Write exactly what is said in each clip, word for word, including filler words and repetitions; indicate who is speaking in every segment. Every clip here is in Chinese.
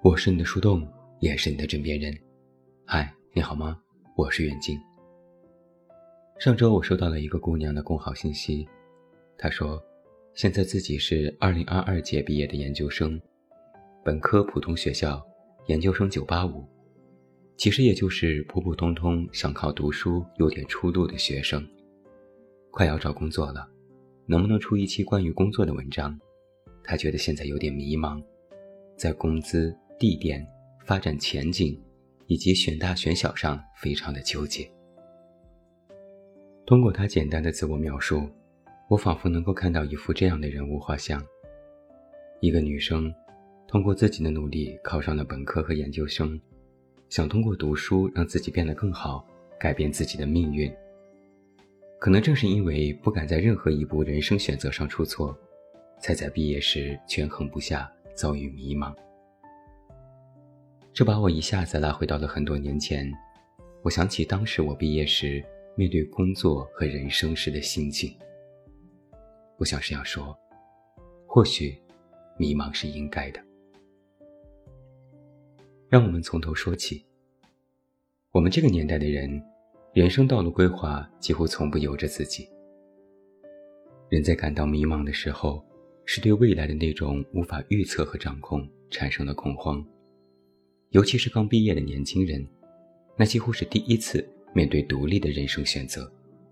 Speaker 1: 我是你的树洞，也是你的枕边人。嗨，你好吗？我是远近。上周我收到了一个姑娘的公号信息，她说现在自己是二零二二届毕业的研究生，本科普通学校，研究生九八五，其实也就是普普通通想靠读书有点出路的学生，快要找工作了，能不能出一期关于工作的文章？她觉得现在有点迷茫，在工资、地点、发展前景以及选大选小上非常的纠结。通过她简单的自我描述，我仿佛能够看到一幅这样的人物画像。一个女生通过自己的努力考上了本科和研究生，想通过读书让自己变得更好，改变自己的命运。可能正是因为不敢在任何一步人生选择上出错，才在毕业时权衡不下，遭遇迷茫。这把我一下子拉回到了很多年前，我想起当时我毕业时面对工作和人生时的心境。我想是要说，或许迷茫是应该的。让我们从头说起。我们这个年代的人，人生道路规划几乎从不由着自己。人在感到迷茫的时候，是对未来的那种无法预测和掌控产生了恐慌。尤其是刚毕业的年轻人，那几乎是第一次面对独立的人生选择。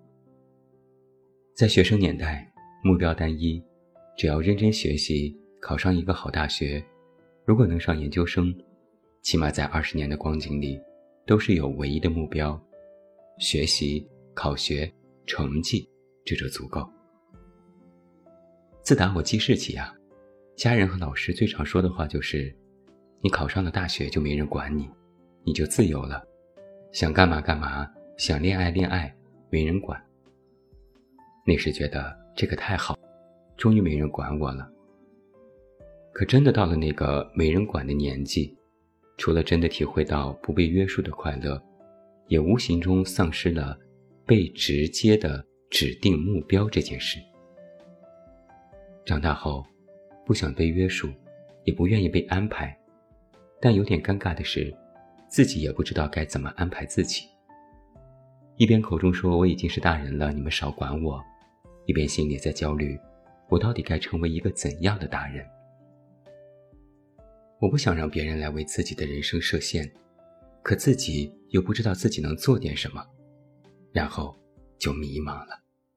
Speaker 1: 在学生年代，目标单一，只要认真学习，考上一个好大学，如果能上研究生，起码在二十年的光景里，都是有唯一的目标，学习、考学、成绩，这就足够。自打我记事起啊，家人和老师最常说的话就是你考上了大学就没人管你，你就自由了，想干嘛干嘛，想恋爱恋爱，没人管。那时觉得这个太好，终于没人管我了。可真的到了那个没人管的年纪，除了真的体会到不被约束的快乐，也无形中丧失了被直接的指定目标这件事。长大后，不想被约束，也不愿意被安排，但有点尴尬的是，自己也不知道该怎么安排自己。一边口中说我已经是大人了，你们少管我，一边心里在焦虑，我到底该成为一个怎样的大人？我不想让别人来为自己的人生设限，可自己又不知道自己能做点什么，然后就迷茫了。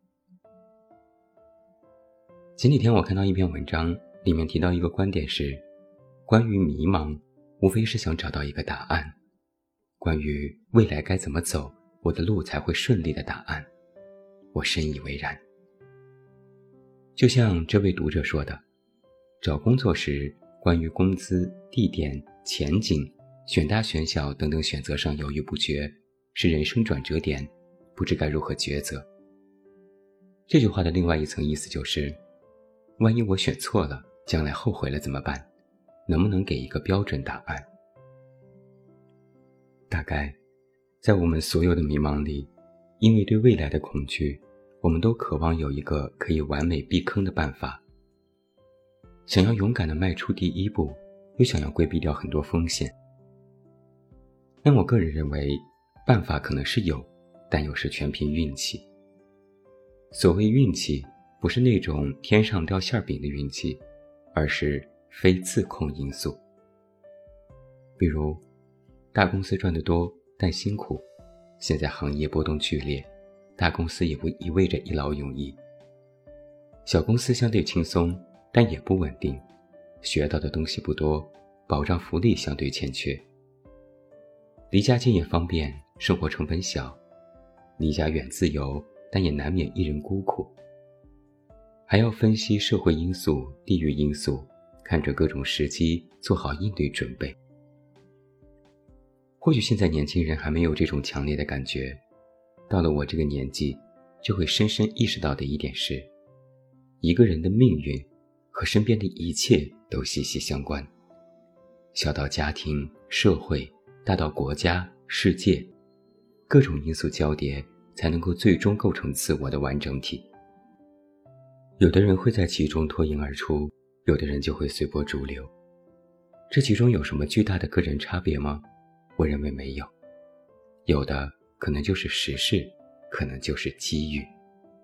Speaker 1: 前几天我看到一篇文章，里面提到一个观点是，关于迷茫，无非是想找到一个答案，关于未来该怎么走，我的路才会顺利的答案，我深以为然。就像这位读者说的，找工作时，关于工资、地点、前景、选大选小等等选择上犹豫不决，是人生转折点，不知该如何抉择。这句话的另外一层意思就是，万一我选错了，将来后悔了怎么办？能不能给一个标准答案？大概在我们所有的迷茫里，因为对未来的恐惧，我们都渴望有一个可以完美避坑的办法，想要勇敢地迈出第一步，又想要规避掉很多风险。但我个人认为，办法可能是有，但又是全凭运气。所谓运气，不是那种天上掉馅饼的运气，而是非自控因素。比如大公司赚得多但辛苦，现在行业波动剧烈，大公司也不意味着一劳永逸。小公司相对轻松，但也不稳定，学到的东西不多，保障福利相对欠缺。离家近也方便，生活成本小，离家远自由，但也难免一人孤苦。还要分析社会因素、地域因素，看准各种时机，做好应对准备。或许现在年轻人还没有这种强烈的感觉，到了我这个年纪，就会深深意识到的一点是，一个人的命运和身边的一切都息息相关，小到家庭、社会，大到国家、世界，各种因素交叠，才能够最终构成自我的完整体。有的人会在其中脱颖而出，有的人就会随波逐流。 这其中有什么巨大的个人差别吗？我认为没有，有的可能就是时势，可能就是机遇。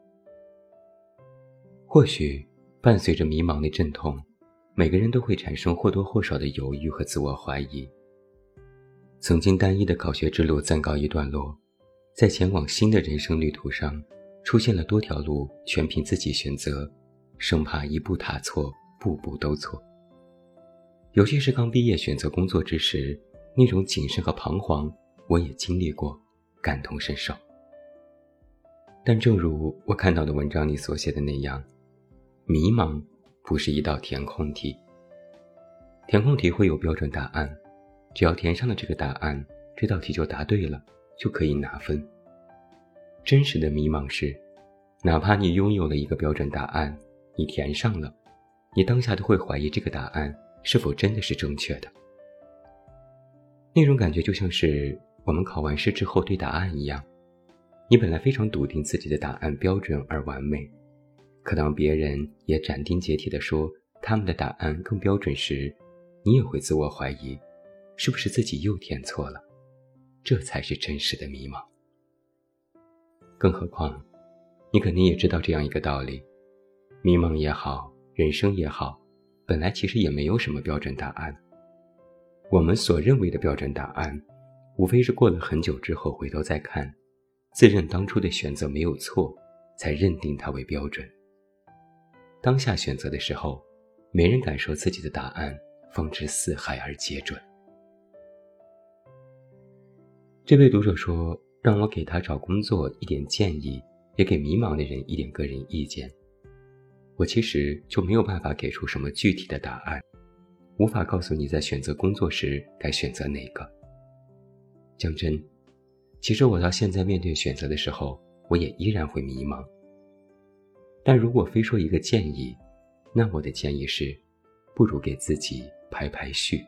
Speaker 1: 或许伴随着迷茫的阵痛，每个人都会产生或多或少的犹豫和自我怀疑。曾经单一的考学之路暂告一段落，在前往新的人生旅途上，出现了多条路，全凭自己选择，生怕一步踏错，步步都错。尤其是刚毕业选择工作之时，那种谨慎和彷徨，我也经历过，感同身受。但正如我看到的文章里所写的那样，迷茫不是一道填空题。填空题会有标准答案，只要填上了这个答案，这道题就答对了，就可以拿分。真实的迷茫是，哪怕你拥有了一个标准答案，你填上了，你当下都会怀疑这个答案是否真的是正确的。那种感觉就像是我们考完试之后对答案一样，你本来非常笃定自己的答案标准而完美，可当别人也斩钉截铁地说他们的答案更标准时，你也会自我怀疑，是不是自己又填错了？这才是真实的迷茫。更何况，你肯定也知道这样一个道理，迷茫也好，人生也好，本来其实也没有什么标准答案。我们所认为的标准答案，无非是过了很久之后回头再看，自认当初的选择没有错，才认定它为标准。当下选择的时候，没人敢说自己的答案方知四海而皆准。这位读者说，让我给他找工作一点建议，也给迷茫的人一点个人意见。我其实就没有办法给出什么具体的答案，无法告诉你在选择工作时该选择哪个。讲真，其实我到现在面对选择的时候，我也依然会迷茫。但如果非说一个建议，那我的建议是，不如给自己排排序。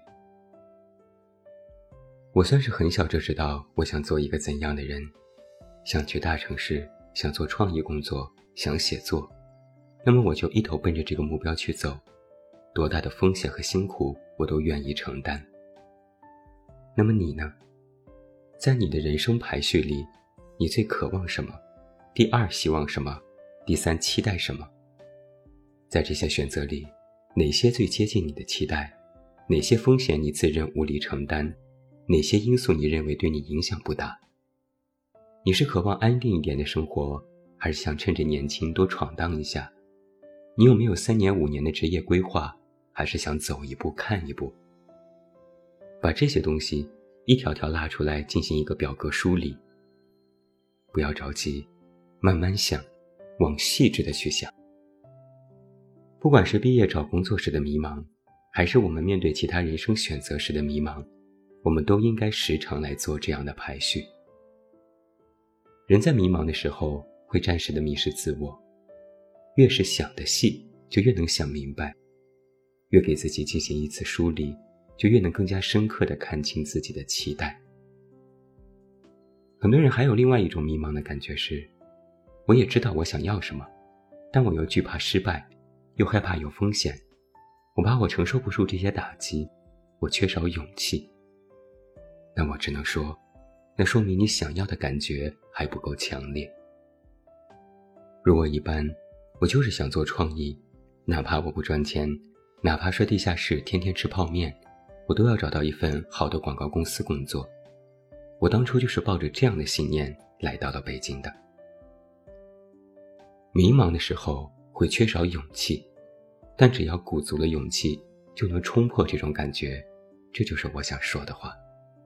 Speaker 1: 我算是很小就知道我想做一个怎样的人，想去大城市，想做创意工作，想写作，那么我就一头奔着这个目标去走，多大的风险和辛苦我都愿意承担。那么你呢？在你的人生排序里，你最渴望什么？第二希望什么？第三期待什么？在这些选择里，哪些最接近你的期待？哪些风险你自认无力承担？哪些因素你认为对你影响不大？你是渴望安定一点的生活，还是想趁着年轻多闯荡一下？你有没有三年五年的职业规划，还是想走一步看一步？把这些东西一条条拉出来进行一个表格梳理。不要着急，慢慢想，往细致的去想。不管是毕业找工作时的迷茫，还是我们面对其他人生选择时的迷茫，我们都应该时常来做这样的排序。人在迷茫的时候会暂时的迷失自我，越是想的细，就越能想明白，越给自己进行一次梳理，就越能更加深刻地看清自己的期待。很多人还有另外一种迷茫的感觉是，我也知道我想要什么，但我又惧怕失败，又害怕有风险，我怕我承受不住这些打击，我缺少勇气。那我只能说，那说明你想要的感觉还不够强烈。如果一般，我就是想做创意，哪怕我不赚钱，哪怕睡地下室天天吃泡面，我都要找到一份好的广告公司工作。我当初就是抱着这样的信念来到了北京的。迷茫的时候会缺少勇气，但只要鼓足了勇气，就能冲破这种感觉，这就是我想说的话。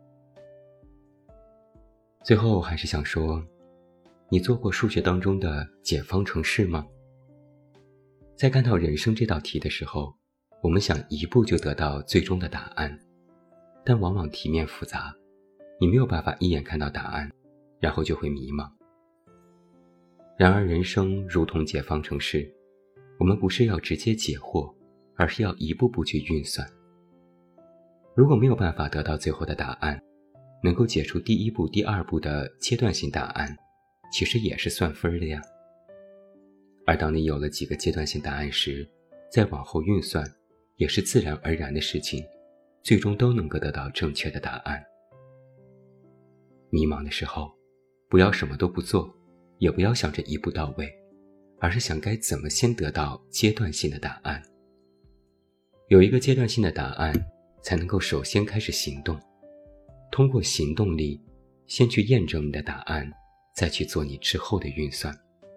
Speaker 1: 最后还是想说，你做过数学当中的解方程式吗？在看到人生这道题的时候，我们想一步就得到最终的答案，但往往题面复杂，你没有办法一眼看到答案，然后就会迷茫。然而人生如同解方程式，我们不是要直接解惑，而是要一步步去运算。如果没有办法得到最后的答案，能够解出第一步第二步的阶段性答案，其实也是算分的呀。而当你有了几个阶段性答案时，再往后运算也是自然而然的事情， 最终都能够得到正确的答案。迷茫的时候，不要什么都不做，也不要想着一步到位，而是想该怎么先得到阶段性的答案。有一个阶段性的答案，才能够首先开始行动，通过行动力先去验证你的答案，再去做你之后的运算。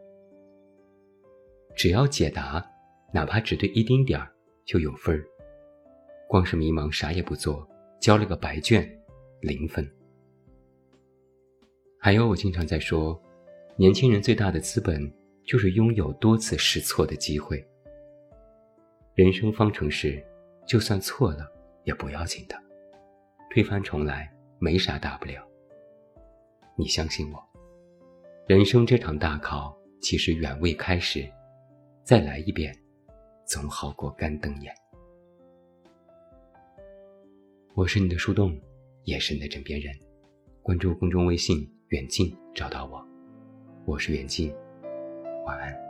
Speaker 1: 只要解答，哪怕只对一丁点儿就有分儿。光是迷茫啥也不做，交了个白卷，零分。还有我经常在说，年轻人最大的资本就是拥有多次试错的机会。人生方程式，就算错了也不要紧的，推翻重来没啥大不了。你相信我，人生这场大考其实远未开始，再来一遍总好过干瞪眼。我是你的树洞，也是你的枕边人。关注公众微信远近找到我，我是远近，晚安。